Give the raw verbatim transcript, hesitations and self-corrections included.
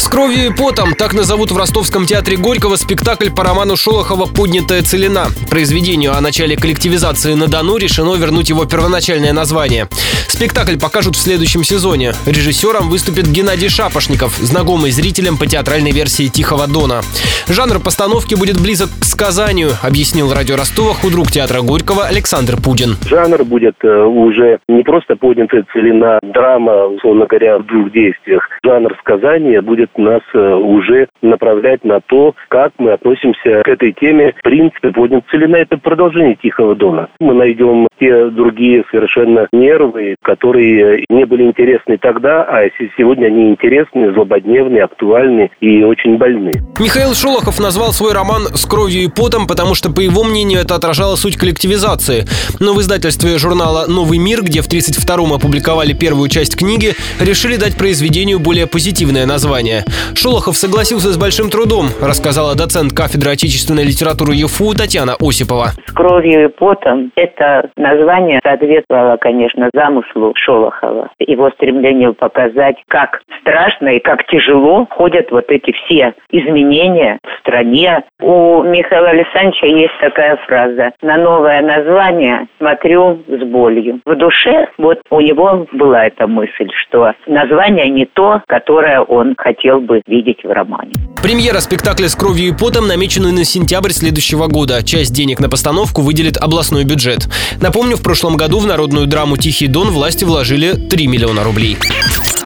С кровью и потом так назовут в Ростовском театре Горького спектакль по роману Шолохова «Поднятая целина». Произведению о начале коллективизации на Дону решено вернуть его первоначальное название. Спектакль покажут в следующем сезоне. Режиссером выступит Геннадий Шапошников, знакомый зрителям по театральной версии «Тихого Дона». Жанр постановки будет близок к сказанию, объяснил радио Ростова худрук театра Горького Александр Пудин. Жанр будет уже не просто поднятая целина, драма, условно говоря, в двух действиях. Жанр сказания будет нас уже направлять на то, как мы относимся к этой теме. В принципе, поднятая целина – это продолжение «Тихого Дона». Мы найдем те другие совершенно нервы, которые не были интересны тогда, а сегодня они интересны, злободневные, актуальны и очень больны. Михаил Шолохов назвал свой роман «С кровью и потом», потому что, по его мнению, это отражало суть коллективизации. Но в издательстве журнала «Новый мир», где в тридцать втором опубликовали первую часть книги, решили дать произведению более позитивное название. Шолохов согласился с большим трудом, рассказала доцент кафедры отечественной литературы ЮФУ Татьяна Осипова. «С кровью и потом» — это название соответствовало, конечно, замыслу Шолохова. Его стремлению показать, как страшно и как тяжело ходят вот эти все изменения в стране. У Михаила Александровича есть такая фраза: «На новое название смотрю с болью». В душе вот у него была эта мысль, что название не то, которое он хотел бы видеть в романе. Премьера спектакля «С кровью и потом» намечена на сентябрь следующего года. Часть денег на постановку выделит областной бюджет. Напомню, в прошлом году в народную драму «Тихий Дон» власти вложили три миллиона рублей.